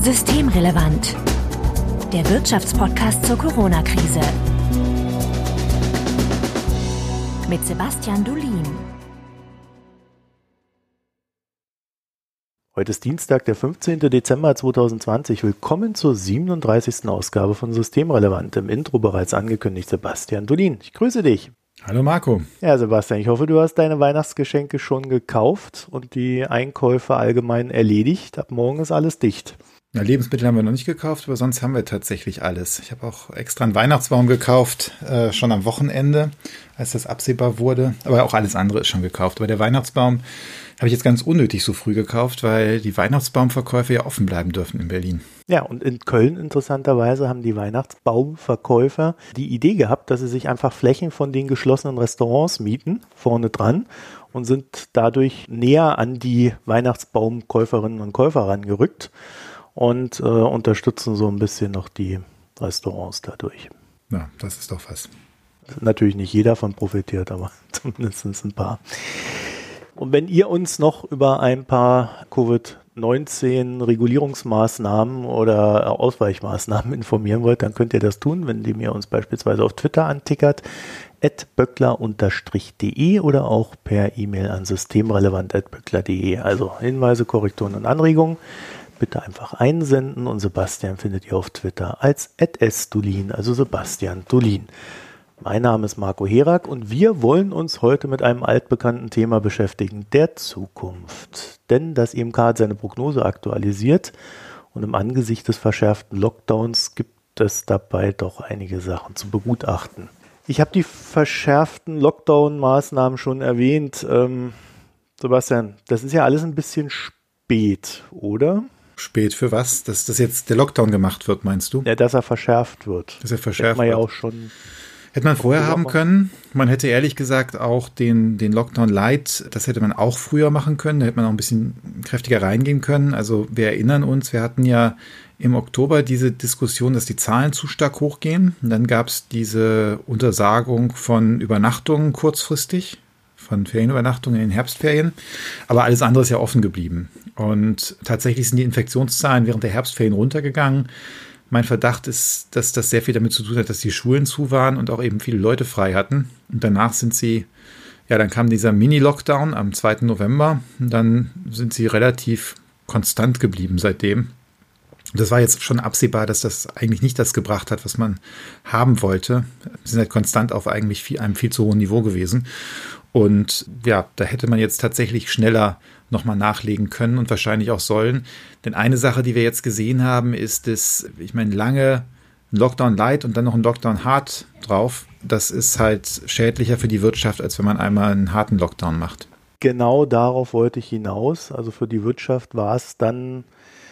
Systemrelevant. Der Wirtschaftspodcast zur Corona-Krise. Mit Sebastian Dulin. Heute ist Dienstag, der 15. Dezember 2020. Willkommen zur 37. Ausgabe von Systemrelevant. Im Intro bereits angekündigt, Sebastian Dulin. Ich grüße dich. Hallo Marco. Ja, Sebastian, ich hoffe, du hast deine Weihnachtsgeschenke schon gekauft und die Einkäufe allgemein erledigt. Ab morgen ist alles dicht. Ja, Lebensmittel haben wir noch nicht gekauft, aber sonst haben wir tatsächlich alles. Ich habe auch extra einen Weihnachtsbaum gekauft, schon am Wochenende, als das absehbar wurde. Aber auch alles andere ist schon gekauft. Aber der Weihnachtsbaum habe ich jetzt ganz unnötig so früh gekauft, weil die Weihnachtsbaumverkäufe ja offen bleiben dürfen in Berlin. Ja, und in Köln interessanterweise haben die Weihnachtsbaumverkäufer die Idee gehabt, dass sie sich einfach Flächen von den geschlossenen Restaurants mieten, vorne dran, und sind dadurch näher an die Weihnachtsbaumkäuferinnen und Käufer rangerückt und unterstützen so ein bisschen noch die Restaurants dadurch. Ja, das ist doch was. Natürlich nicht jeder davon profitiert, aber zumindest ein paar. Und wenn ihr uns noch über ein paar Covid-19-Regulierungsmaßnahmen oder Ausweichmaßnahmen informieren wollt, dann könnt ihr das tun, indem ihr uns beispielsweise auf Twitter antickert, @böckler_de oder auch per E-Mail an systemrelevant@böckler.de. Also Hinweise, Korrekturen und Anregungen bitte einfach einsenden, und Sebastian findet ihr auf Twitter als @sdulin, also Sebastian Dulin. Mein Name ist Marco Herak und wir wollen uns heute mit einem altbekannten Thema beschäftigen, der Zukunft. Denn das IMK hat seine Prognose aktualisiert und im Angesicht des verschärften Lockdowns gibt es dabei doch einige Sachen zu begutachten. Ich habe die verschärften Lockdown-Maßnahmen schon erwähnt. Sebastian, das ist ja alles ein bisschen spät, oder? Spät für was? Dass jetzt der Lockdown gemacht wird, meinst du? Ja, dass er verschärft wird. Dass er verschärft wird. Ja auch schon. Hätte man vorher haben können. Man hätte ehrlich gesagt auch den Lockdown Light, das hätte man auch früher machen können. Da hätte man auch ein bisschen kräftiger reingehen können. Also wir erinnern uns, wir hatten ja im Oktober diese Diskussion, dass die Zahlen zu stark hochgehen. Und dann gab es diese Untersagung von Übernachtungen kurzfristig, von Ferienübernachtungen in den Herbstferien. Aber alles andere ist ja offen geblieben. Und tatsächlich sind die Infektionszahlen während der Herbstferien runtergegangen. Mein Verdacht ist, dass das sehr viel damit zu tun hat, dass die Schulen zu waren und auch eben viele Leute frei hatten. Und danach dann kam dieser Mini-Lockdown am 2. November. Und dann sind sie relativ konstant geblieben seitdem. Das war jetzt schon absehbar, dass das eigentlich nicht das gebracht hat, was man haben wollte. Sie sind halt konstant auf eigentlich einem viel zu hohen Niveau gewesen. Und ja, da hätte man jetzt tatsächlich schneller nochmal nachlegen können und wahrscheinlich auch sollen. Denn eine Sache, die wir jetzt gesehen haben, ist, dass, lange ein Lockdown Light und dann noch ein Lockdown Hard drauf, das ist halt schädlicher für die Wirtschaft, als wenn man einmal einen harten Lockdown macht. Genau darauf wollte ich hinaus. Also für die Wirtschaft war es dann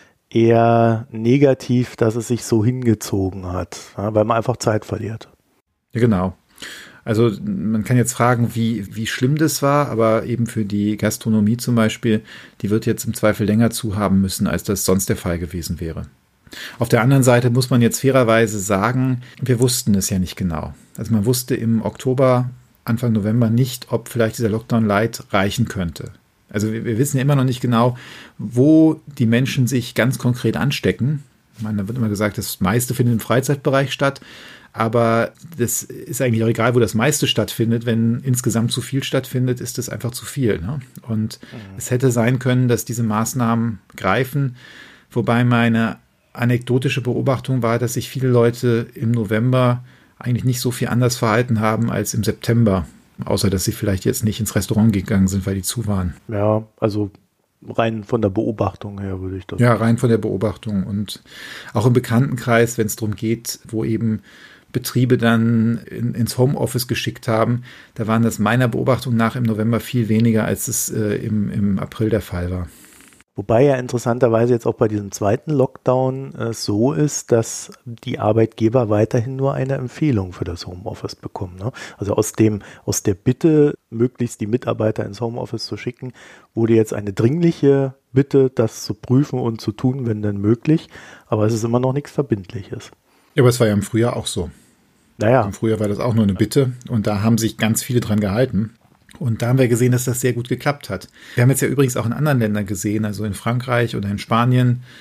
eher negativ, dass es sich so hingezogen hat, ja, weil man einfach Zeit verliert. Ja, genau. Also man kann jetzt fragen, wie schlimm das war, aber eben für die Gastronomie zum Beispiel, die wird jetzt im Zweifel länger zu haben müssen, als das sonst der Fall gewesen wäre. Auf der anderen Seite muss man jetzt fairerweise sagen, wir wussten es ja nicht genau. Also man wusste im Oktober, Anfang November nicht, ob vielleicht dieser Lockdown Light reichen könnte. Also wir wissen ja immer noch nicht genau, wo die Menschen sich ganz konkret anstecken. Ich meine, da wird immer gesagt, das meiste findet im Freizeitbereich statt. Aber das ist eigentlich auch egal, wo das meiste stattfindet. Wenn insgesamt zu viel stattfindet, ist das einfach zu viel. Ne? Und es hätte sein können, dass diese Maßnahmen greifen. Wobei meine anekdotische Beobachtung war, dass sich viele Leute im November eigentlich nicht so viel anders verhalten haben als im September. Außer, dass sie vielleicht jetzt nicht ins Restaurant gegangen sind, weil die zu waren. Ja, also rein von der Beobachtung her würde ich das. Ja, rein von der Beobachtung. Und auch im Bekanntenkreis, wenn es darum geht, wo eben Betriebe dann ins Homeoffice geschickt haben, da waren das meiner Beobachtung nach im November viel weniger, als es im April der Fall war. Wobei ja interessanterweise jetzt auch bei diesem zweiten Lockdown so ist, dass die Arbeitgeber weiterhin nur eine Empfehlung für das Homeoffice bekommen. Ne? Also aus der Bitte, möglichst die Mitarbeiter ins Homeoffice zu schicken, wurde jetzt eine dringliche Bitte, das zu prüfen und zu tun, wenn denn möglich. Aber es ist immer noch nichts Verbindliches. Ja, aber es war ja im Frühjahr auch so. Naja. Im Frühjahr war das auch nur eine Bitte und da haben sich ganz viele dran gehalten. Und da haben wir gesehen, dass das sehr gut geklappt hat. Wir haben jetzt ja übrigens auch in anderen Ländern gesehen, also in Frankreich oder in Spanien,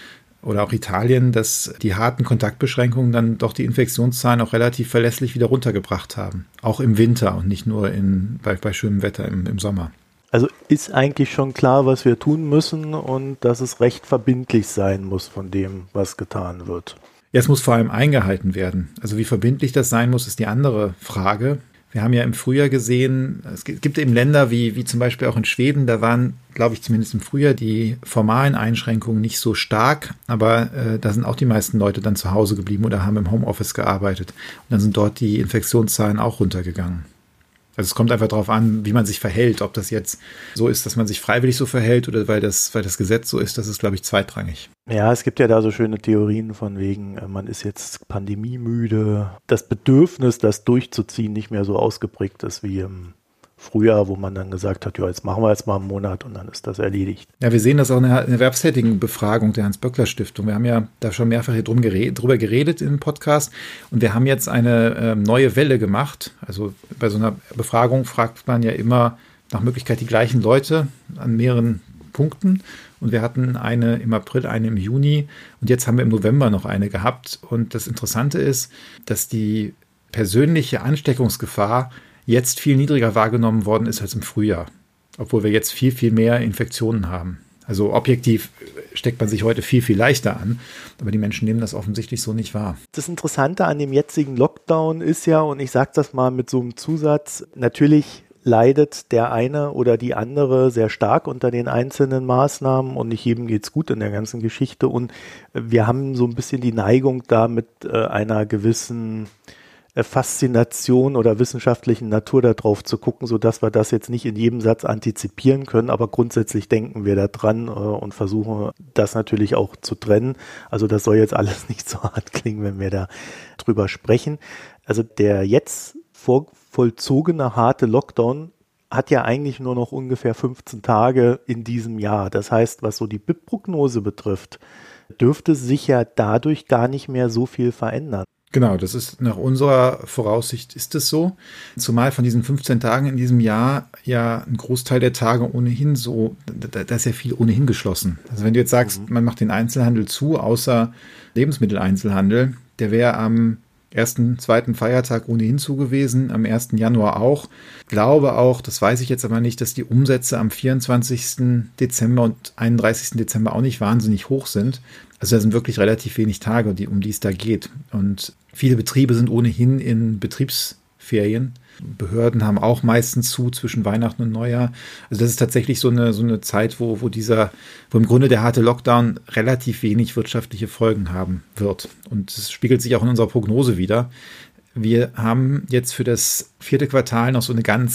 oder auch Italien, dass die harten Kontaktbeschränkungen dann doch die Infektionszahlen auch relativ verlässlich wieder runtergebracht haben. Auch im Winter und nicht nur bei schönem Wetter im Sommer. Also ist eigentlich schon klar, was wir tun müssen und dass es recht verbindlich sein muss von dem, was getan wird. Ja, es muss vor allem eingehalten werden. Also wie verbindlich das sein muss, ist die andere Frage. Wir haben ja im Frühjahr gesehen, es gibt eben Länder wie zum Beispiel auch in Schweden, da waren, glaube ich, zumindest im Frühjahr die formalen Einschränkungen nicht so stark, aber da sind auch die meisten Leute dann zu Hause geblieben oder haben im Homeoffice gearbeitet. Und dann sind dort die Infektionszahlen auch runtergegangen. Also es kommt einfach darauf an, wie man sich verhält. Ob das jetzt so ist, dass man sich freiwillig so verhält oder weil das Gesetz so ist, das ist, glaube ich, zweitrangig. Ja, es gibt ja da so schöne Theorien von wegen, man ist jetzt pandemiemüde. Das Bedürfnis, das durchzuziehen, nicht mehr so ausgeprägt ist wie im Frühjahr, wo man dann gesagt hat, ja, jetzt machen wir jetzt mal einen Monat und dann ist das erledigt. Ja, wir sehen das auch in der Erwerbstätigenbefragung der Hans-Böckler-Stiftung. Wir haben ja da schon mehrfach hier drüber geredet im Podcast und wir haben jetzt eine neue Welle gemacht. Also bei so einer Befragung fragt man ja immer nach Möglichkeit die gleichen Leute an mehreren Punkten. Und wir hatten eine im April, eine im Juni und jetzt haben wir im November noch eine gehabt. Und das Interessante ist, dass die persönliche Ansteckungsgefahr jetzt viel niedriger wahrgenommen worden ist als im Frühjahr, obwohl wir jetzt viel, viel mehr Infektionen haben. Also objektiv steckt man sich heute viel, viel leichter an, aber die Menschen nehmen das offensichtlich so nicht wahr. Das Interessante an dem jetzigen Lockdown ist ja, und ich sage das mal mit so einem Zusatz, natürlich leidet der eine oder die andere sehr stark unter den einzelnen Maßnahmen und nicht jedem geht's gut in der ganzen Geschichte und wir haben so ein bisschen die Neigung da mit einer gewissen Faszination oder wissenschaftlichen Natur darauf zu gucken, sodass wir das jetzt nicht in jedem Satz antizipieren können, aber grundsätzlich denken wir da dran und versuchen das natürlich auch zu trennen. Also das soll jetzt alles nicht so hart klingen, wenn wir da drüber sprechen. Also der jetzt vollzogene harte Lockdown hat ja eigentlich nur noch ungefähr 15 Tage in diesem Jahr. Das heißt, was so die BIP-Prognose betrifft, dürfte sich ja dadurch gar nicht mehr so viel verändern. Genau, das ist nach unserer Voraussicht ist es so. Zumal von diesen 15 Tagen in diesem Jahr ja ein Großteil der Tage ohnehin so, da ist ja viel ohnehin geschlossen. Also wenn du jetzt sagst, man macht den Einzelhandel zu, außer Lebensmitteleinzelhandel, der wäre am ersten, zweiten Feiertag ohnehin zu gewesen, am 1. Januar auch. Glaube auch, das weiß ich jetzt aber nicht, dass die Umsätze am 24. Dezember und 31. Dezember auch nicht wahnsinnig hoch sind. Also da sind wirklich relativ wenig Tage, um die es da geht. Und viele Betriebe sind ohnehin in Betriebsferien. Behörden haben auch meistens zu zwischen Weihnachten und Neujahr. Also das ist tatsächlich so eine Zeit, wo im Grunde der harte Lockdown relativ wenig wirtschaftliche Folgen haben wird. Und das spiegelt sich auch in unserer Prognose wider. Wir haben jetzt für das 4. Quartal noch so eine ganz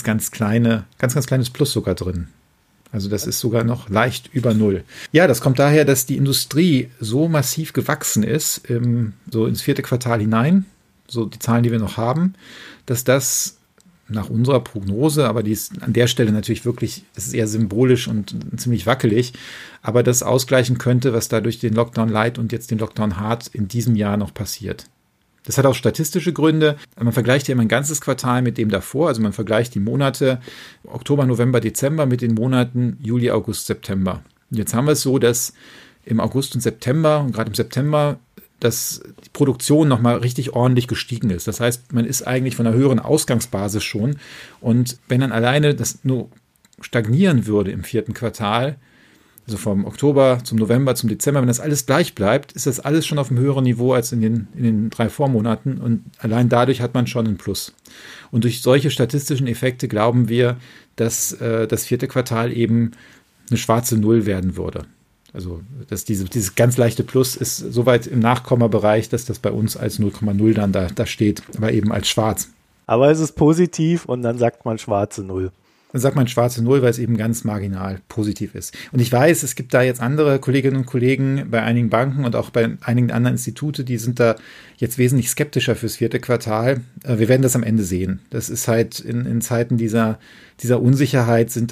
kleines Plus sogar drin. Also das ist sogar noch leicht über Null. Ja, das kommt daher, dass die Industrie so massiv gewachsen ist, so ins 4. Quartal hinein, so die Zahlen, die wir noch haben, dass das nach unserer Prognose, aber die ist an der Stelle natürlich wirklich, das ist eher symbolisch und ziemlich wackelig, aber das ausgleichen könnte, was da durch den Lockdown Light und jetzt den Lockdown Hard in diesem Jahr noch passiert. Das hat auch statistische Gründe. Man vergleicht ja immer ein ganzes Quartal mit dem davor. Also man vergleicht die Monate Oktober, November, Dezember mit den Monaten Juli, August, September. Und jetzt haben wir es so, dass im August und September und gerade im September, dass die Produktion nochmal richtig ordentlich gestiegen ist. Das heißt, man ist eigentlich von einer höheren Ausgangsbasis schon. Und wenn dann alleine das nur stagnieren würde im 4. Quartal, also vom Oktober zum November zum Dezember, wenn das alles gleich bleibt, ist das alles schon auf einem höheren Niveau als in den 3 Vormonaten und allein dadurch hat man schon einen Plus. Und durch solche statistischen Effekte glauben wir, dass das 4. Quartal eben eine schwarze Null werden würde. Also dass dieses ganz leichte Plus ist soweit im Nachkommabereich, dass das bei uns als 0,0 dann da steht, aber eben als schwarz. Aber es ist positiv und dann sagt man schwarze Null. Dann sagt man schwarze Null, weil es eben ganz marginal positiv ist. Und ich weiß, es gibt da jetzt andere Kolleginnen und Kollegen bei einigen Banken und auch bei einigen anderen Institute, die sind da jetzt wesentlich skeptischer fürs 4. Quartal. Wir werden das am Ende sehen. Das ist halt in Zeiten dieser Unsicherheit ist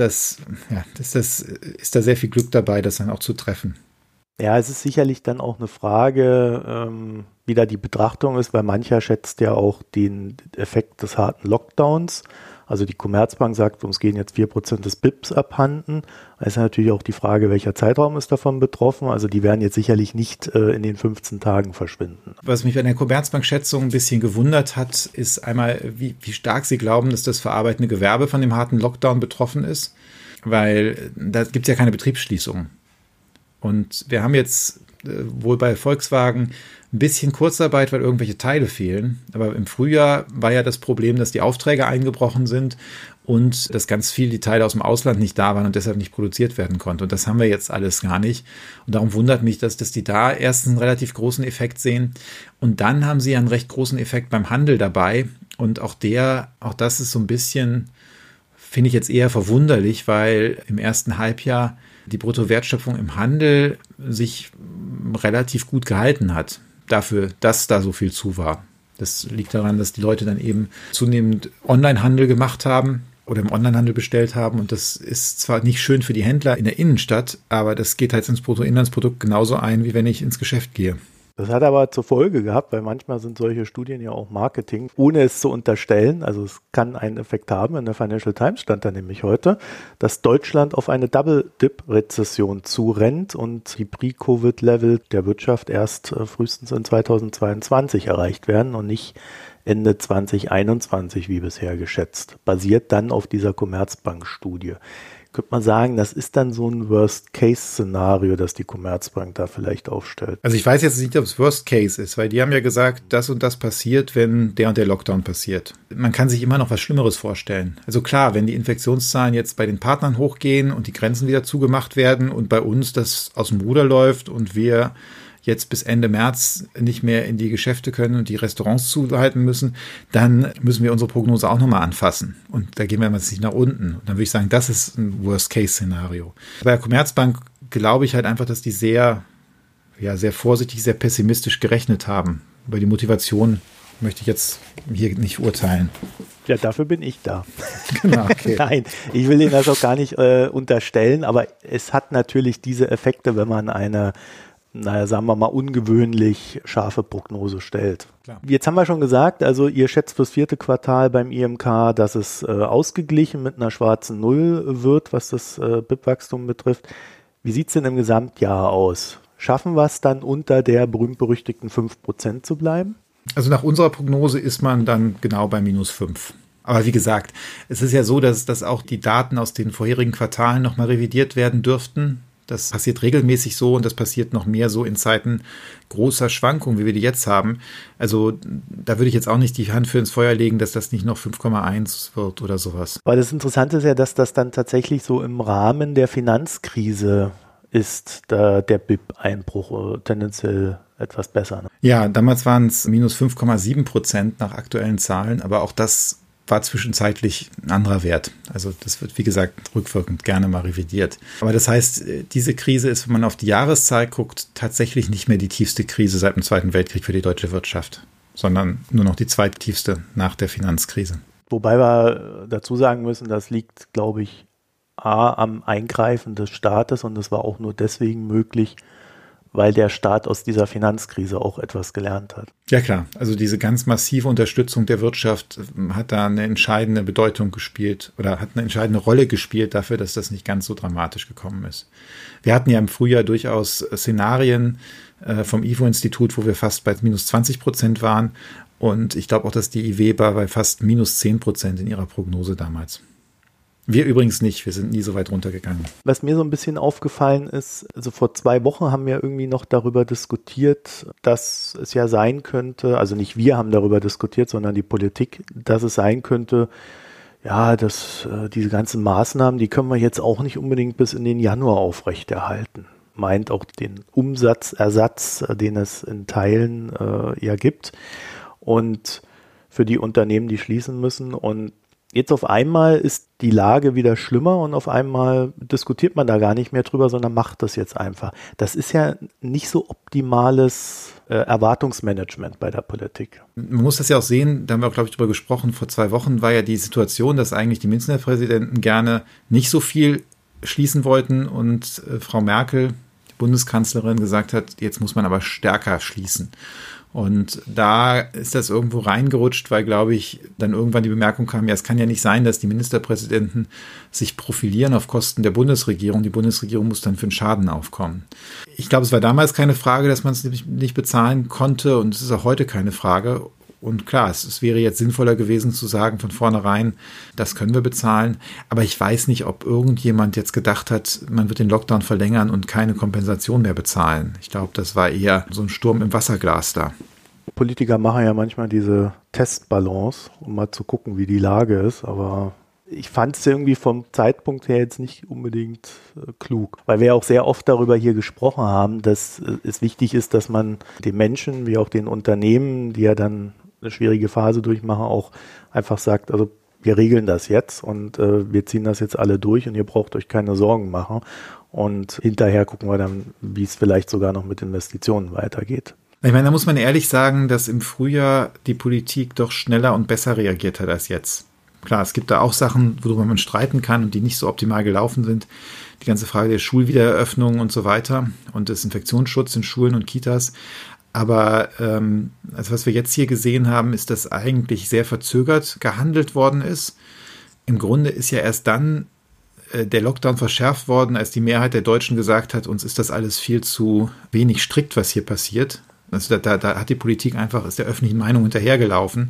da sehr viel Glück dabei, das dann auch zu treffen. Ja, es ist sicherlich dann auch eine Frage, wie da die Betrachtung ist, weil mancher schätzt ja auch den Effekt des harten Lockdowns Also die Commerzbank sagt, uns gehen jetzt 4% des BIPs abhanden. Da ist natürlich auch die Frage, welcher Zeitraum ist davon betroffen. Also die werden jetzt sicherlich nicht in den 15 Tagen verschwinden. Was mich bei der Commerzbank-Schätzung ein bisschen gewundert hat, ist einmal, wie stark sie glauben, dass das verarbeitende Gewerbe von dem harten Lockdown betroffen ist. Weil da gibt es ja keine Betriebsschließung. Und wir haben jetzt wohl bei Volkswagen ein bisschen Kurzarbeit, weil irgendwelche Teile fehlen. Aber im Frühjahr war ja das Problem, dass die Aufträge eingebrochen sind und dass ganz viel die Teile aus dem Ausland nicht da waren und deshalb nicht produziert werden konnte. Und das haben wir jetzt alles gar nicht. Und darum wundert mich, dass die da erst einen relativ großen Effekt sehen. Und dann haben sie einen recht großen Effekt beim Handel dabei. Und auch das ist so ein bisschen, finde ich jetzt eher verwunderlich, weil im ersten Halbjahr die Bruttowertschöpfung im Handel sich relativ gut gehalten hat, dafür, dass da so viel zu war. Das liegt daran, dass die Leute dann eben zunehmend Onlinehandel gemacht haben oder im Onlinehandel bestellt haben. Und das ist zwar nicht schön für die Händler in der Innenstadt, aber das geht halt ins Bruttoinlandsprodukt genauso ein, wie wenn ich ins Geschäft gehe. Das hat aber zur Folge gehabt, weil manchmal sind solche Studien ja auch Marketing, ohne es zu unterstellen. Also es kann einen Effekt haben. In der Financial Times stand da nämlich heute, dass Deutschland auf eine Double-Dip-Rezession zurennt und die Pre-Covid-Level der Wirtschaft erst frühestens in 2022 erreicht werden und nicht Ende 2021 wie bisher geschätzt. Basiert dann auf dieser Commerzbank-Studie. Könnte man sagen, das ist dann so ein Worst-Case-Szenario, das die Commerzbank da vielleicht aufstellt. Also ich weiß jetzt nicht, ob es Worst-Case ist, weil die haben ja gesagt, das und das passiert, wenn der und der Lockdown passiert. Man kann sich immer noch was Schlimmeres vorstellen. Also klar, wenn die Infektionszahlen jetzt bei den Partnern hochgehen und die Grenzen wieder zugemacht werden und bei uns das aus dem Ruder läuft und wir jetzt bis Ende März nicht mehr in die Geschäfte können und die Restaurants zuhalten müssen, dann müssen wir unsere Prognose auch nochmal anfassen. Und da gehen wir jetzt nicht nach unten. Und dann würde ich sagen, das ist ein Worst-Case-Szenario. Bei der Commerzbank glaube ich halt einfach, dass die sehr vorsichtig, sehr pessimistisch gerechnet haben. Über die Motivation möchte ich jetzt hier nicht urteilen. Ja, dafür bin ich da. Genau, okay. Nein, ich will Ihnen das auch gar nicht unterstellen, aber es hat natürlich diese Effekte, wenn man eine sagen wir mal, ungewöhnlich scharfe Prognose stellt. Klar. Jetzt haben wir schon gesagt, also ihr schätzt fürs 4. Quartal beim IMK, dass es ausgeglichen mit einer schwarzen Null wird, was das BIP-Wachstum betrifft. Wie sieht es denn im Gesamtjahr aus? Schaffen wir es dann unter der berühmt-berüchtigten 5% zu bleiben? Also nach unserer Prognose ist man dann genau bei -5. Aber wie gesagt, es ist ja so, dass auch die Daten aus den vorherigen Quartalen nochmal revidiert werden dürften. Das passiert regelmäßig so und das passiert noch mehr so in Zeiten großer Schwankungen, wie wir die jetzt haben. Also da würde ich jetzt auch nicht die Hand für ins Feuer legen, dass das nicht noch 5,1 wird oder sowas. Aber das Interessante ist ja, dass das dann tatsächlich so im Rahmen der Finanzkrise ist, der BIP-Einbruch tendenziell etwas besser. Ne? Ja, damals waren es -5,7% nach aktuellen Zahlen, aber auch das war zwischenzeitlich ein anderer Wert. Also das wird, wie gesagt, rückwirkend gerne mal revidiert. Aber das heißt, diese Krise ist, wenn man auf die Jahreszahl guckt, tatsächlich nicht mehr die tiefste Krise seit dem Zweiten Weltkrieg für die deutsche Wirtschaft, sondern nur noch die zweittiefste nach der Finanzkrise. Wobei wir dazu sagen müssen, das liegt, glaube ich, am Eingreifen des Staates und das war auch nur deswegen möglich, weil der Staat aus dieser Finanzkrise auch etwas gelernt hat. Ja klar, also diese ganz massive Unterstützung der Wirtschaft hat da eine entscheidende Bedeutung gespielt oder hat eine entscheidende Rolle gespielt dafür, dass das nicht ganz so dramatisch gekommen ist. Wir hatten ja im Frühjahr durchaus Szenarien vom IFO-Institut, wo wir fast bei -20% waren und ich glaube auch, dass die IW war bei fast -10% in ihrer Prognose damals. Wir übrigens nicht, wir sind nie so weit runtergegangen. Was mir so ein bisschen aufgefallen ist, also vor 2 Wochen haben wir irgendwie noch darüber diskutiert, dass es ja sein könnte, also nicht wir haben darüber diskutiert, sondern die Politik, dass es sein könnte, ja, dass diese ganzen Maßnahmen, die können wir jetzt auch nicht unbedingt bis in den Januar aufrechterhalten. Meint auch den Umsatzersatz, den es in Teilen ja gibt und für die Unternehmen, die schließen müssen. Und jetzt auf einmal ist die Lage wieder schlimmer und auf einmal diskutiert man da gar nicht mehr drüber, sondern macht das jetzt einfach. Das ist ja nicht so optimales Erwartungsmanagement bei der Politik. Man muss das ja auch sehen, da haben wir auch, glaube ich, drüber gesprochen, vor 2 Wochen war ja die Situation, dass eigentlich die Ministerpräsidenten gerne nicht so viel schließen wollten und Frau Merkel, die Bundeskanzlerin, gesagt hat, jetzt muss man aber stärker schließen. Und da ist das irgendwo reingerutscht, weil, glaube ich, dann irgendwann die Bemerkung kam, ja, es kann ja nicht sein, dass die Ministerpräsidenten sich profilieren auf Kosten der Bundesregierung. Die Bundesregierung muss dann für den Schaden aufkommen. Ich glaube, es war damals keine Frage, dass man es nicht bezahlen konnte, und es ist auch heute keine Frage. Und klar, es wäre jetzt sinnvoller gewesen zu sagen von vornherein, das können wir bezahlen. Aber ich weiß nicht, ob irgendjemand jetzt gedacht hat, man wird den Lockdown verlängern und keine Kompensation mehr bezahlen. Ich glaube, das war eher so ein Sturm im Wasserglas da. Politiker machen ja manchmal diese Testballons, um mal zu gucken, wie die Lage ist. Aber ich fand es irgendwie vom Zeitpunkt her jetzt nicht unbedingt klug. Weil wir auch sehr oft darüber hier gesprochen haben, dass es wichtig ist, dass man den Menschen wie auch den Unternehmen, die ja dann eine schwierige Phase durchmachen, auch einfach sagt, also wir regeln das jetzt und wir ziehen das jetzt alle durch und ihr braucht euch keine Sorgen machen. Und hinterher gucken wir dann, wie es vielleicht sogar noch mit Investitionen weitergeht. Ich meine, da muss man ehrlich sagen, dass im Frühjahr die Politik doch schneller und besser reagiert hat als jetzt. Klar, es gibt da auch Sachen, worüber man streiten kann und die nicht so optimal gelaufen sind. Die ganze Frage der Schulwiedereröffnung und so weiter und des Infektionsschutz in Schulen und Kitas. Aber also was wir jetzt hier gesehen haben, ist, dass eigentlich sehr verzögert gehandelt worden ist. Im Grunde ist ja erst dann der Lockdown verschärft worden, als die Mehrheit der Deutschen gesagt hat, uns ist das alles viel zu wenig strikt, was hier passiert. Also da hat die Politik einfach, ist der öffentlichen Meinung hinterhergelaufen.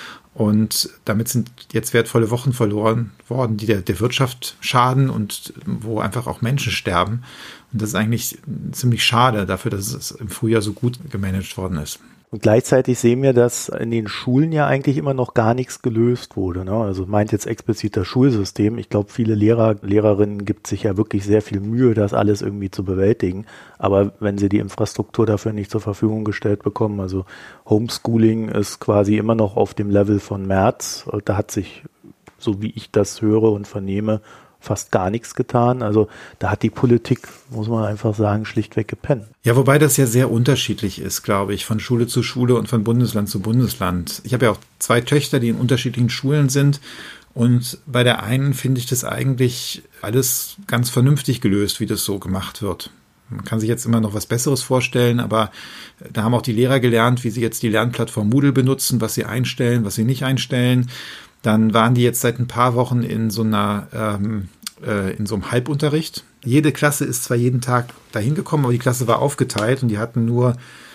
Und damit sind jetzt wertvolle Wochen verloren worden, die der Wirtschaft schaden und wo einfach auch Menschen sterben. Und das ist eigentlich ziemlich schade dafür, dass es im Frühjahr so gut gemanagt worden ist. Und gleichzeitig sehen wir, dass in den Schulen ja eigentlich immer noch gar nichts gelöst wurde, ne? Also meint jetzt explizit das Schulsystem. Ich glaube, viele Lehrer, Lehrerinnen gibt sich ja wirklich sehr viel Mühe, das alles irgendwie zu bewältigen. Aber wenn sie die Infrastruktur dafür nicht zur Verfügung gestellt bekommen, also Homeschooling ist quasi immer noch auf dem Level von März. Da hat sich, so wie ich das höre und vernehme, fast gar nichts getan. Also da hat die Politik, muss man einfach sagen, schlichtweg gepennt. Ja, wobei das ja sehr unterschiedlich ist, glaube ich, von Schule zu Schule und von Bundesland zu Bundesland. Ich habe ja auch 2 Töchter, die in unterschiedlichen Schulen sind. Und bei der einen finde ich das eigentlich alles ganz vernünftig gelöst, wie das so gemacht wird. Man kann sich jetzt immer noch was Besseres vorstellen, aber da haben auch die Lehrer gelernt, wie sie jetzt die Lernplattform Moodle benutzen, was sie einstellen, was sie nicht einstellen. Dann waren die jetzt seit ein paar Wochen in so einem Halbunterricht. Jede Klasse ist zwar jeden Tag dahin gekommen, aber die Klasse war aufgeteilt und die hatten nur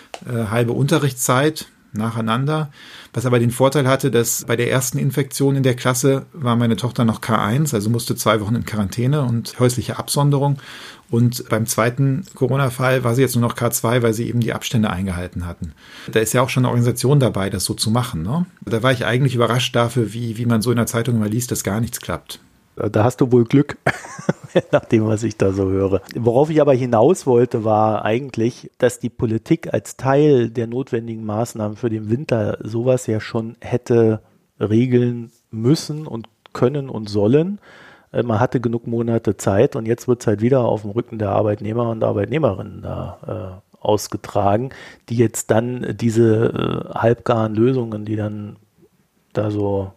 halbe Unterrichtszeit nacheinander. Was aber den Vorteil hatte, dass bei der ersten Infektion in der Klasse war meine Tochter noch K1, also musste 2 Wochen in Quarantäne und häusliche Absonderung. Und beim zweiten Corona-Fall war sie jetzt nur noch K2, weil sie eben die Abstände eingehalten hatten. Da ist ja auch schon eine Organisation dabei, das so zu machen, ne? Da war ich eigentlich überrascht dafür, wie man so in der Zeitung immer liest, dass gar nichts klappt. Da hast du wohl Glück, nach dem, was ich da so höre. Worauf ich aber hinaus wollte, war eigentlich, dass die Politik als Teil der notwendigen Maßnahmen für den Winter sowas ja schon hätte regeln müssen und können und sollen. Man hatte genug Monate Zeit und jetzt wird es halt wieder auf dem Rücken der Arbeitnehmer und Arbeitnehmerinnen da ausgetragen, die jetzt dann diese halbgaren Lösungen, die dann da so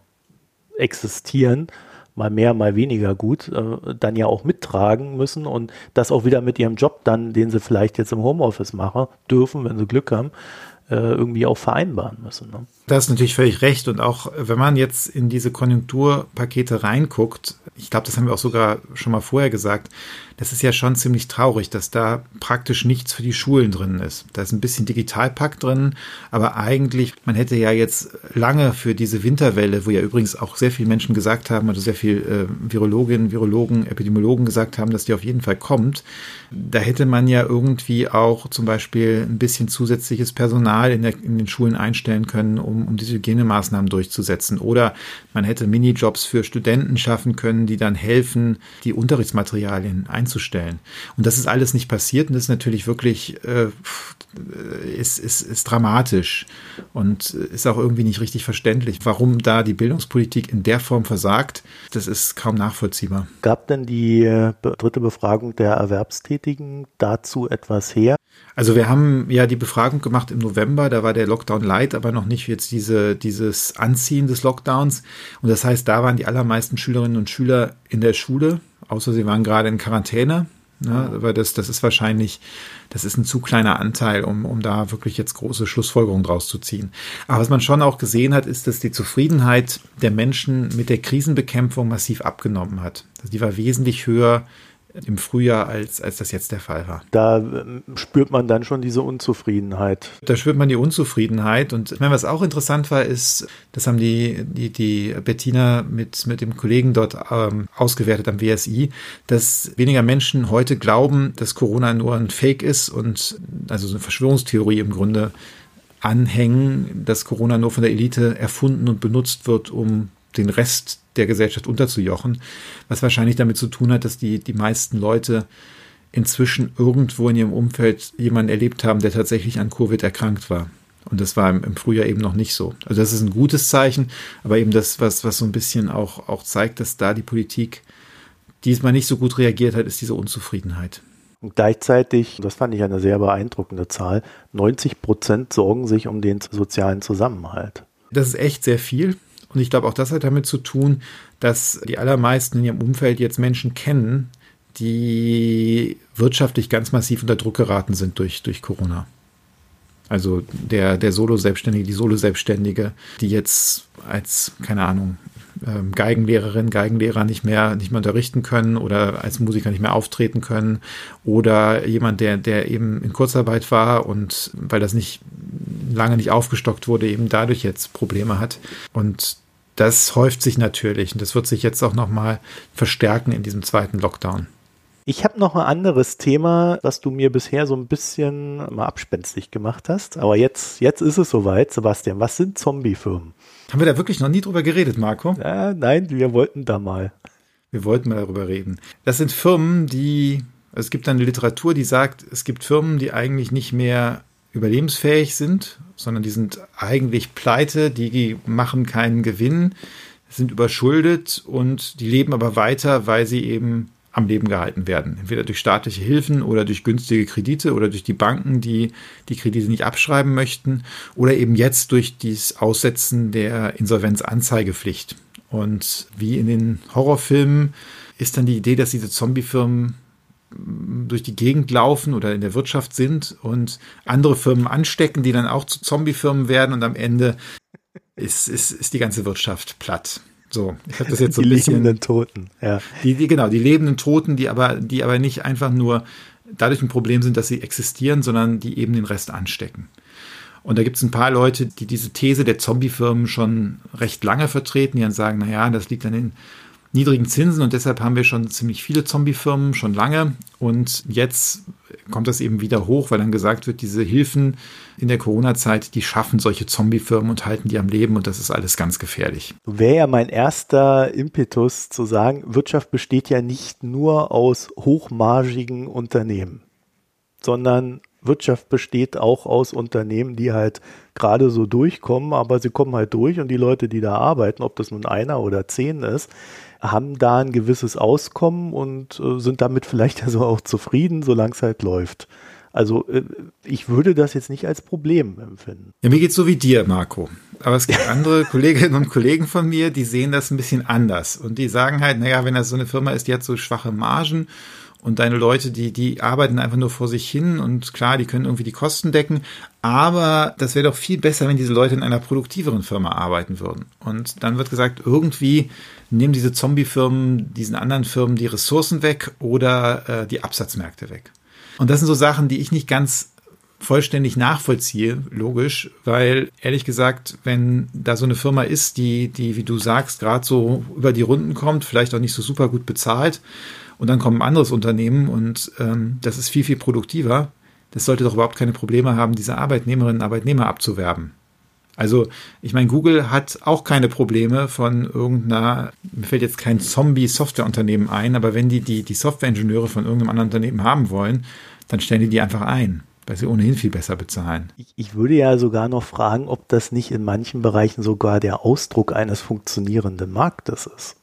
existieren, mal mehr, mal weniger gut, dann ja auch mittragen müssen und das auch wieder mit ihrem Job dann, den sie vielleicht jetzt im Homeoffice machen dürfen, wenn sie Glück haben, irgendwie auch vereinbaren müssen. Ne? Das ist natürlich völlig recht. Und auch wenn man jetzt in diese Konjunkturpakete reinguckt, ich glaube, das haben wir auch sogar schon mal vorher gesagt, das ist ja schon ziemlich traurig, dass da praktisch nichts für die Schulen drin ist. Da ist ein bisschen Digitalpakt drin, aber eigentlich, man hätte ja jetzt lange für diese Winterwelle, wo ja übrigens auch sehr viele Menschen gesagt haben, also sehr viele Virologinnen, Virologen, Epidemiologen gesagt haben, dass die auf jeden Fall kommt, da hätte man ja irgendwie auch zum Beispiel ein bisschen zusätzliches Personal in den Schulen einstellen können, um diese Hygienemaßnahmen durchzusetzen. Oder man hätte Minijobs für Studenten schaffen können, die dann helfen, die Unterrichtsmaterialien einzustellen. Und das ist alles nicht passiert und das ist natürlich wirklich ist dramatisch und ist auch irgendwie nicht richtig verständlich. Warum da die Bildungspolitik in der Form versagt, das ist kaum nachvollziehbar. Gab denn die dritte Befragung der Erwerbstätigen dazu etwas her? Also wir haben ja die Befragung gemacht im November, da war der Lockdown light, aber noch nicht jetzt dieses Anziehen des Lockdowns. Und das heißt, da waren die allermeisten Schülerinnen und Schüler in der Schule, außer sie waren gerade in Quarantäne. Ne? Aber das ist wahrscheinlich, das ist ein zu kleiner Anteil, um da wirklich jetzt große Schlussfolgerungen draus zu ziehen. Aber was man schon auch gesehen hat, ist, dass die Zufriedenheit der Menschen mit der Krisenbekämpfung massiv abgenommen hat. Also die war wesentlich höher im Frühjahr, als das jetzt der Fall war. Da spürt man dann schon diese Unzufriedenheit. Da spürt man die Unzufriedenheit. Und ich meine, was auch interessant war, ist, das haben die Bettina mit dem Kollegen dort ausgewertet am WSI, dass weniger Menschen heute glauben, dass Corona nur ein Fake ist und also so eine Verschwörungstheorie im Grunde anhängen, dass Corona nur von der Elite erfunden und benutzt wird, um den Rest der Gesellschaft unterzujochen, was wahrscheinlich damit zu tun hat, dass die meisten Leute inzwischen irgendwo in ihrem Umfeld jemanden erlebt haben, der tatsächlich an Covid erkrankt war. Und das war im Frühjahr eben noch nicht so. Also das ist ein gutes Zeichen, aber eben das, was so ein bisschen auch zeigt, dass da die Politik diesmal nicht so gut reagiert hat, ist diese Unzufriedenheit. Und gleichzeitig, das fand ich eine sehr beeindruckende Zahl, 90% sorgen sich um den sozialen Zusammenhalt. Das ist echt sehr viel. Und ich glaube, auch das hat damit zu tun, dass die allermeisten in ihrem Umfeld jetzt Menschen kennen, die wirtschaftlich ganz massiv unter Druck geraten sind durch Corona. Also der Solo-Selbstständige, die Solo-Selbstständige, die jetzt als, keine Ahnung, Geigenlehrer nicht mehr unterrichten können oder als Musiker nicht mehr auftreten können oder jemand, der eben in Kurzarbeit war und weil das lange nicht aufgestockt wurde, eben dadurch jetzt Probleme hat. Und das häuft sich natürlich und das wird sich jetzt auch nochmal verstärken in diesem zweiten Lockdown. Ich habe noch ein anderes Thema, das du mir bisher so ein bisschen mal abspenstig gemacht hast. Aber jetzt ist es soweit. Sebastian, was sind Zombiefirmen? Haben wir da wirklich noch nie drüber geredet, Marco? Nein, wir wollten da mal. Wir wollten mal darüber reden. Das sind Firmen, es gibt eine Literatur, die sagt, es gibt Firmen, die eigentlich nicht mehr überlebensfähig sind, sondern die sind eigentlich pleite, die machen keinen Gewinn, sind überschuldet und die leben aber weiter, weil sie eben am Leben gehalten werden. Entweder durch staatliche Hilfen oder durch günstige Kredite oder durch die Banken, die Kredite nicht abschreiben möchten oder eben jetzt durch das Aussetzen der Insolvenzanzeigepflicht. Und wie in den Horrorfilmen ist dann die Idee, dass diese Zombiefirmen durch die Gegend laufen oder in der Wirtschaft sind und andere Firmen anstecken, die dann auch zu Zombiefirmen werden und am Ende ist die ganze Wirtschaft platt. So, ich habe das jetzt so ein bisschen. Die lebenden Toten, ja. Die lebenden Toten, die aber nicht einfach nur dadurch ein Problem sind, dass sie existieren, sondern die eben den Rest anstecken. Und da gibt es ein paar Leute, die diese These der Zombiefirmen schon recht lange vertreten, die dann sagen, naja, das liegt an den niedrigen Zinsen und deshalb haben wir schon ziemlich viele Zombiefirmen schon lange und jetzt kommt das eben wieder hoch, weil dann gesagt wird, diese Hilfen in der Corona-Zeit, die schaffen solche Zombiefirmen und halten die am Leben und das ist alles ganz gefährlich. Wäre ja mein erster Impetus zu sagen, Wirtschaft besteht ja nicht nur aus hochmargigen Unternehmen, sondern Wirtschaft besteht auch aus Unternehmen, die halt gerade so durchkommen, aber sie kommen halt durch und die Leute, die da arbeiten, ob das nun einer oder 10 ist, haben da ein gewisses Auskommen und sind damit vielleicht also auch zufrieden, solange es halt läuft. Also ich würde das jetzt nicht als Problem empfinden. Ja, mir geht's so wie dir, Marco. Aber es gibt andere Kolleginnen und Kollegen von mir, die sehen das ein bisschen anders. Und die sagen halt, naja, wenn das so eine Firma ist, die hat so schwache Margen und deine Leute, die arbeiten einfach nur vor sich hin und klar, die können irgendwie die Kosten decken. Aber das wäre doch viel besser, wenn diese Leute in einer produktiveren Firma arbeiten würden. Und dann wird gesagt, irgendwie nehmen diese Zombie-Firmen diesen anderen Firmen die Ressourcen weg oder die Absatzmärkte weg. Und das sind so Sachen, die ich nicht ganz vollständig nachvollziehe, logisch, weil ehrlich gesagt, wenn da so eine Firma ist, die wie du sagst, gerade so über die Runden kommt, vielleicht auch nicht so super gut bezahlt und dann kommt ein anderes Unternehmen und das ist viel, viel produktiver, das sollte doch überhaupt keine Probleme haben, diese Arbeitnehmerinnen und Arbeitnehmer abzuwerben. Also, ich meine, Google hat auch keine Probleme von mir fällt jetzt kein Zombie-Softwareunternehmen ein, aber wenn die Softwareingenieure von irgendeinem anderen Unternehmen haben wollen, dann stellen die einfach ein, weil sie ohnehin viel besser bezahlen. Ich würde ja sogar noch fragen, ob das nicht in manchen Bereichen sogar der Ausdruck eines funktionierenden Marktes ist.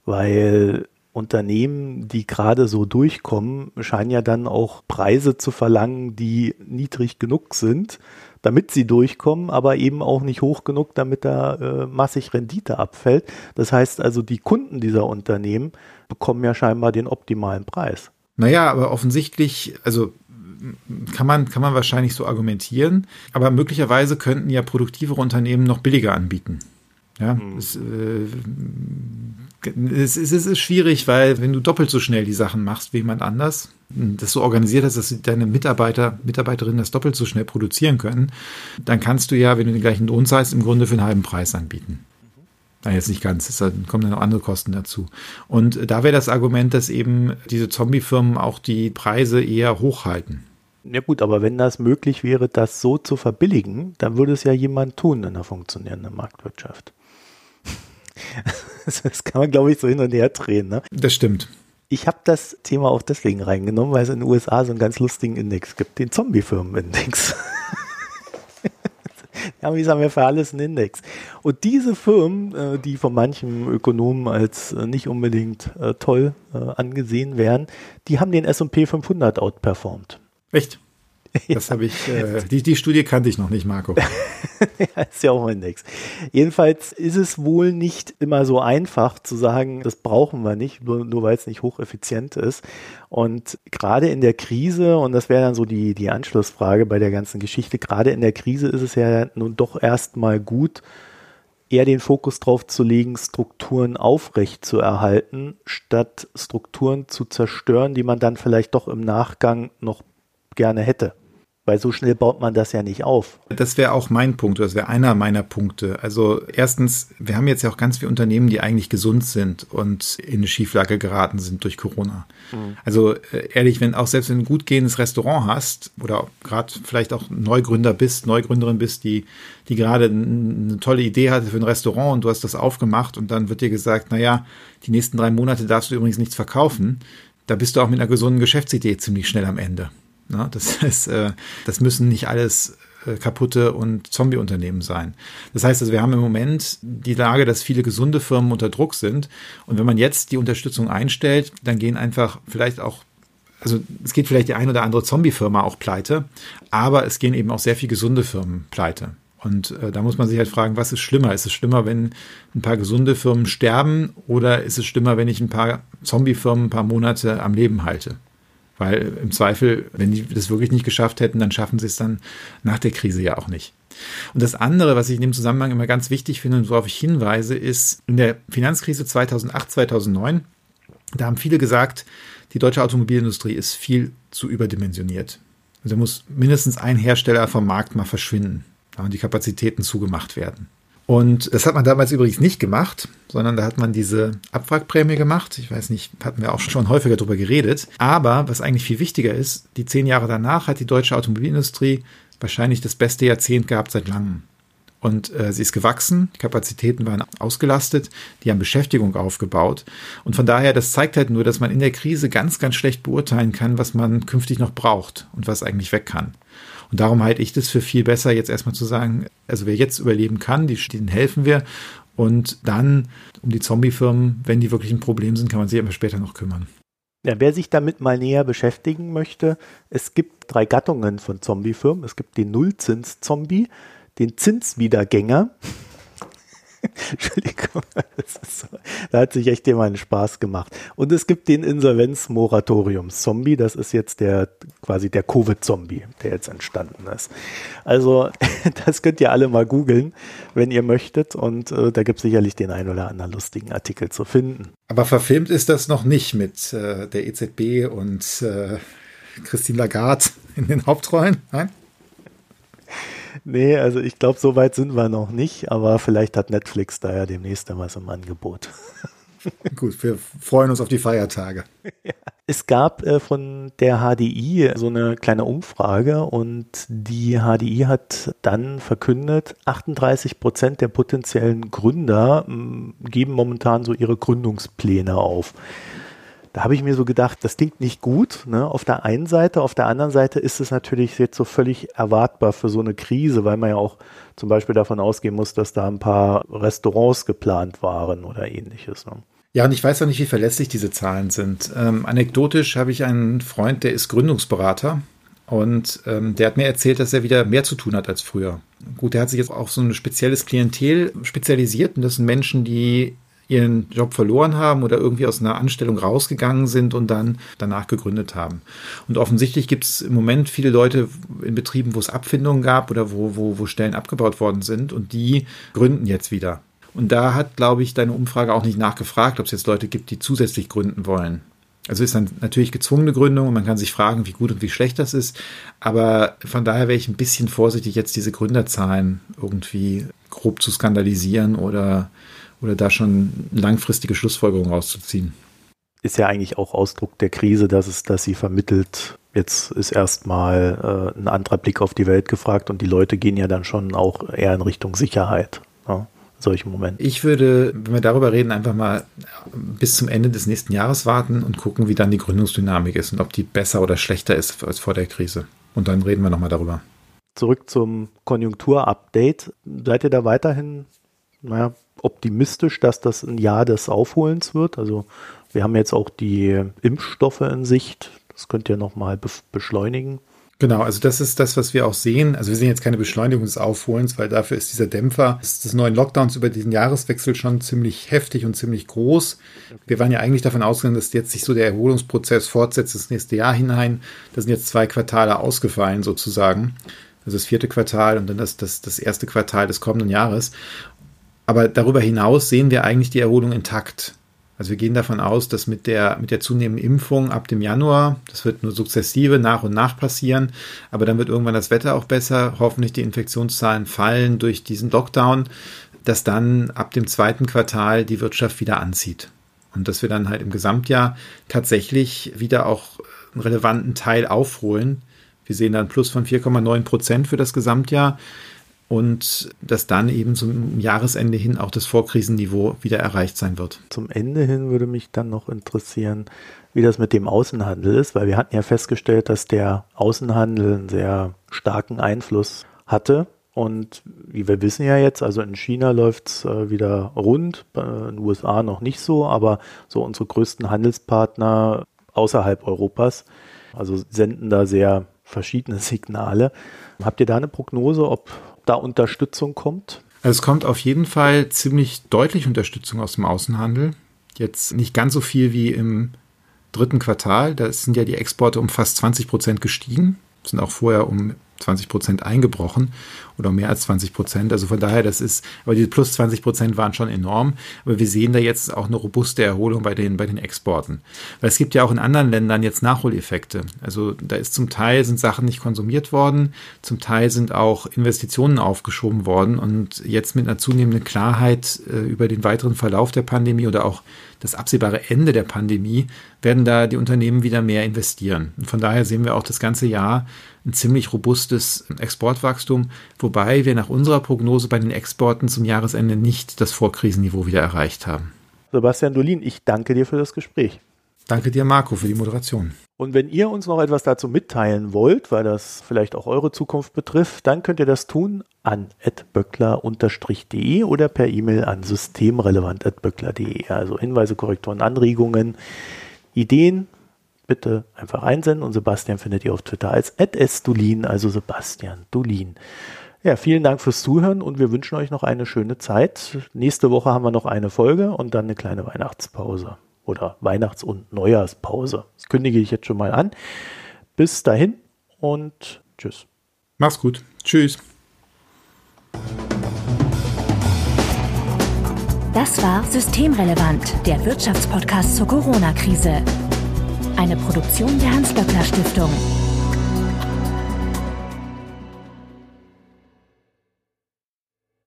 Weil Unternehmen, die gerade so durchkommen, scheinen ja dann auch Preise zu verlangen, die niedrig genug sind, damit sie durchkommen, aber eben auch nicht hoch genug, damit da massig Rendite abfällt. Das heißt also, die Kunden dieser Unternehmen bekommen ja scheinbar den optimalen Preis. Naja, aber offensichtlich, also kann man wahrscheinlich so argumentieren, aber möglicherweise könnten ja produktivere Unternehmen noch billiger anbieten. Ja, es ist schwierig, weil wenn du doppelt so schnell die Sachen machst wie jemand anders, das so organisiert hast, dass deine Mitarbeiterinnen das doppelt so schnell produzieren können, dann kannst du ja, wenn du den gleichen Lohn zahlst, im Grunde für einen halben Preis anbieten. Nein, jetzt nicht ganz, kommen dann noch andere Kosten dazu. Und da wäre das Argument, dass eben diese Zombie-Firmen auch die Preise eher hochhalten. Ja gut, aber wenn das möglich wäre, das so zu verbilligen, dann würde es ja jemand tun in einer funktionierenden Marktwirtschaft. Das kann man, glaube ich, so hin und her drehen. Ne? Das stimmt. Ich habe das Thema auch deswegen reingenommen, weil es in den USA so einen ganz lustigen Index gibt, den Zombie-Firmen-Index. Ja, wie sagen wir, für alles einen Index. Und diese Firmen, die von manchen Ökonomen als nicht unbedingt toll angesehen werden, die haben den S&P 500 outperformt. Echt? Das habe ich, die Studie kannte ich noch nicht, Marco. Ja, ist ja auch ein Index. Jedenfalls ist es wohl nicht immer so einfach zu sagen, das brauchen wir nicht, nur weil es nicht hocheffizient ist. Und gerade in der Krise, und das wäre dann so die Anschlussfrage bei der ganzen Geschichte, gerade in der Krise ist es ja nun doch erstmal gut, eher den Fokus drauf zu legen, Strukturen aufrecht zu erhalten, statt Strukturen zu zerstören, die man dann vielleicht doch im Nachgang noch gerne hätte. Weil so schnell baut man das ja nicht auf. Das wäre auch mein Punkt, das wäre einer meiner Punkte. Also erstens, wir haben jetzt ja auch ganz viele Unternehmen, die eigentlich gesund sind und in eine Schieflage geraten sind durch Corona. Mhm. Also ehrlich, selbst wenn du ein gut gehendes Restaurant hast oder gerade vielleicht auch Neugründerin bist, die gerade eine tolle Idee hatte für ein Restaurant und du hast das aufgemacht und dann wird dir gesagt, naja, die nächsten 3 Monate darfst du übrigens nichts verkaufen. Da bist du auch mit einer gesunden Geschäftsidee ziemlich schnell am Ende. Na, das müssen nicht alles kaputte und Zombie-Unternehmen sein. Das heißt, also wir haben im Moment die Lage, dass viele gesunde Firmen unter Druck sind. Und wenn man jetzt die Unterstützung einstellt, dann gehen einfach vielleicht auch, also es geht vielleicht die ein oder andere Zombie-Firma auch pleite, aber es gehen eben auch sehr viele gesunde Firmen pleite. Und da muss man sich halt fragen, was ist schlimmer? Ist es schlimmer, wenn ein paar gesunde Firmen sterben oder ist es schlimmer, wenn ich ein paar Zombie-Firmen ein paar Monate am Leben halte? Weil im Zweifel, wenn die das wirklich nicht geschafft hätten, dann schaffen sie es dann nach der Krise ja auch nicht. Und das andere, was ich in dem Zusammenhang immer ganz wichtig finde und worauf ich hinweise, ist in der Finanzkrise 2008, 2009, da haben viele gesagt, die deutsche Automobilindustrie ist viel zu überdimensioniert. Also muss mindestens ein Hersteller vom Markt mal verschwinden und die Kapazitäten zugemacht werden. Und das hat man damals übrigens nicht gemacht, sondern da hat man diese Abwrackprämie gemacht. Ich weiß nicht, hatten wir auch schon häufiger drüber geredet. Aber was eigentlich viel wichtiger ist, die 10 Jahre danach hat die deutsche Automobilindustrie wahrscheinlich das beste Jahrzehnt gehabt seit langem. Und sie ist gewachsen, die Kapazitäten waren ausgelastet, die haben Beschäftigung aufgebaut. Und von daher, das zeigt halt nur, dass man in der Krise ganz, ganz schlecht beurteilen kann, was man künftig noch braucht und was eigentlich weg kann. Und darum halte ich das für viel besser, jetzt erstmal zu sagen, also wer jetzt überleben kann, denen helfen wir. Und dann um die Zombie-Firmen, wenn die wirklich ein Problem sind, kann man sich aber später noch kümmern. Ja, wer sich damit mal näher beschäftigen möchte, es gibt 3 Gattungen von Zombie-Firmen. Es gibt den Nullzins-Zombie, den Zinswiedergänger. Entschuldigung, da hat sich echt jemand einen Spaß gemacht. Und es gibt den Insolvenzmoratoriums-Zombie, das ist jetzt quasi der Covid-Zombie, der jetzt entstanden ist. Also das könnt ihr alle mal googeln, wenn ihr möchtet, und da gibt es sicherlich den einen oder anderen lustigen Artikel zu finden. Aber verfilmt ist das noch nicht mit der EZB und Christine Lagarde in den Hauptrollen, nein? Nee, also ich glaube, so weit sind wir noch nicht, aber vielleicht hat Netflix da ja demnächst was im Angebot. Gut, wir freuen uns auf die Feiertage. Ja. Es gab von der HDI so eine kleine Umfrage und die HDI hat dann verkündet, 38% der potenziellen Gründer geben momentan so ihre Gründungspläne auf. Da habe ich mir so gedacht, das klingt nicht gut, ne? Auf der einen Seite, auf der anderen Seite ist es natürlich jetzt so völlig erwartbar für so eine Krise, weil man ja auch zum Beispiel davon ausgehen muss, dass da ein paar Restaurants geplant waren oder ähnliches. Ne? Ja, und ich weiß auch nicht, wie verlässlich diese Zahlen sind. Anekdotisch habe ich einen Freund, der ist Gründungsberater und der hat mir erzählt, dass er wieder mehr zu tun hat als früher. Gut, der hat sich jetzt auf so ein spezielles Klientel spezialisiert und das sind Menschen, die ihren Job verloren haben oder irgendwie aus einer Anstellung rausgegangen sind und dann danach gegründet haben. Und offensichtlich gibt es im Moment viele Leute in Betrieben, wo es Abfindungen gab oder wo Stellen abgebaut worden sind und die gründen jetzt wieder. Und da hat, glaube ich, deine Umfrage auch nicht nachgefragt, ob es jetzt Leute gibt, die zusätzlich gründen wollen. Also ist dann natürlich gezwungene Gründung und man kann sich fragen, wie gut und wie schlecht das ist. Aber von daher wäre ich ein bisschen vorsichtig, jetzt diese Gründerzahlen irgendwie grob zu skandalisieren oder da schon langfristige Schlussfolgerungen rauszuziehen. Ist ja eigentlich auch Ausdruck der Krise, dass sie vermittelt. Jetzt ist erstmal ein anderer Blick auf die Welt gefragt und die Leute gehen ja dann schon auch eher in Richtung Sicherheit. Ja, in solchen Momenten. Ich würde, wenn wir darüber reden, einfach mal bis zum Ende des nächsten Jahres warten und gucken, wie dann die Gründungsdynamik ist und ob die besser oder schlechter ist als vor der Krise. Und dann reden wir nochmal darüber. Zurück zum Konjunkturupdate. Seid ihr da weiterhin, optimistisch, dass das ein Jahr des Aufholens wird? Also wir haben jetzt auch die Impfstoffe in Sicht. Das könnt ihr nochmal beschleunigen. Genau, also das ist das, was wir auch sehen. Also wir sehen jetzt keine Beschleunigung des Aufholens, weil dafür ist dieser Dämpfer des neuen Lockdowns über diesen Jahreswechsel schon ziemlich heftig und ziemlich groß. Wir waren ja eigentlich davon ausgegangen, dass jetzt sich so der Erholungsprozess fortsetzt ins nächste Jahr hinein. Da sind jetzt 2 Quartale ausgefallen sozusagen. Also das 4. Quartal und dann das 1. Quartal des kommenden Jahres. Aber darüber hinaus sehen wir eigentlich die Erholung intakt. Also wir gehen davon aus, dass mit der zunehmenden Impfung ab dem Januar, das wird nur sukzessive nach und nach passieren, aber dann wird irgendwann das Wetter auch besser, hoffentlich die Infektionszahlen fallen durch diesen Lockdown, dass dann ab dem 2. Quartal die Wirtschaft wieder anzieht. Und dass wir dann halt im Gesamtjahr tatsächlich wieder auch einen relevanten Teil aufholen. Wir sehen dann Plus von 4,9% für das Gesamtjahr. Und dass dann eben zum Jahresende hin auch das Vorkrisenniveau wieder erreicht sein wird. Zum Ende hin würde mich dann noch interessieren, wie das mit dem Außenhandel ist, weil wir hatten ja festgestellt, dass der Außenhandel einen sehr starken Einfluss hatte. Und wie wir wissen ja jetzt, also in China läuft es wieder rund, in den USA noch nicht so, aber so unsere größten Handelspartner außerhalb Europas, also senden da sehr verschiedene Signale. Habt ihr da eine Prognose, ob da Unterstützung kommt? Also es kommt auf jeden Fall ziemlich deutlich Unterstützung aus dem Außenhandel. Jetzt nicht ganz so viel wie im 3. Quartal. Da sind ja die Exporte um fast 20% gestiegen. Sind auch vorher um 20% eingebrochen oder um mehr als 20%. Also von daher, aber die plus 20% waren schon enorm. Aber wir sehen da jetzt auch eine robuste Erholung bei den Exporten. Weil es gibt ja auch in anderen Ländern jetzt Nachholeffekte. Also da ist zum Teil sind Sachen nicht konsumiert worden, zum Teil sind auch Investitionen aufgeschoben worden und jetzt mit einer zunehmenden Klarheit über den weiteren Verlauf der Pandemie oder auch das absehbare Ende der Pandemie, werden da die Unternehmen wieder mehr investieren. Und von daher sehen wir auch das ganze Jahr ein ziemlich robustes Exportwachstum, wobei wir nach unserer Prognose bei den Exporten zum Jahresende nicht das Vorkrisenniveau wieder erreicht haben. Sebastian Dolin, ich danke dir für das Gespräch. Danke dir, Marco, für die Moderation. Und wenn ihr uns noch etwas dazu mitteilen wollt, weil das vielleicht auch eure Zukunft betrifft, dann könnt ihr das tun an @böckler_de oder per E-Mail an systemrelevant@böckler.de. Also Hinweise, Korrekturen, Anregungen, Ideen, bitte einfach einsenden. Und Sebastian findet ihr auf Twitter als @sdolin, also Sebastian Dolin. Ja, vielen Dank fürs Zuhören und wir wünschen euch noch eine schöne Zeit. Nächste Woche haben wir noch eine Folge und dann eine kleine Weihnachtspause. Oder Weihnachts- und Neujahrspause. Das kündige ich jetzt schon mal an. Bis dahin und tschüss. Mach's gut. Tschüss. Das war Systemrelevant, der Wirtschaftspodcast zur Corona-Krise. Eine Produktion der Hans-Böckler-Stiftung.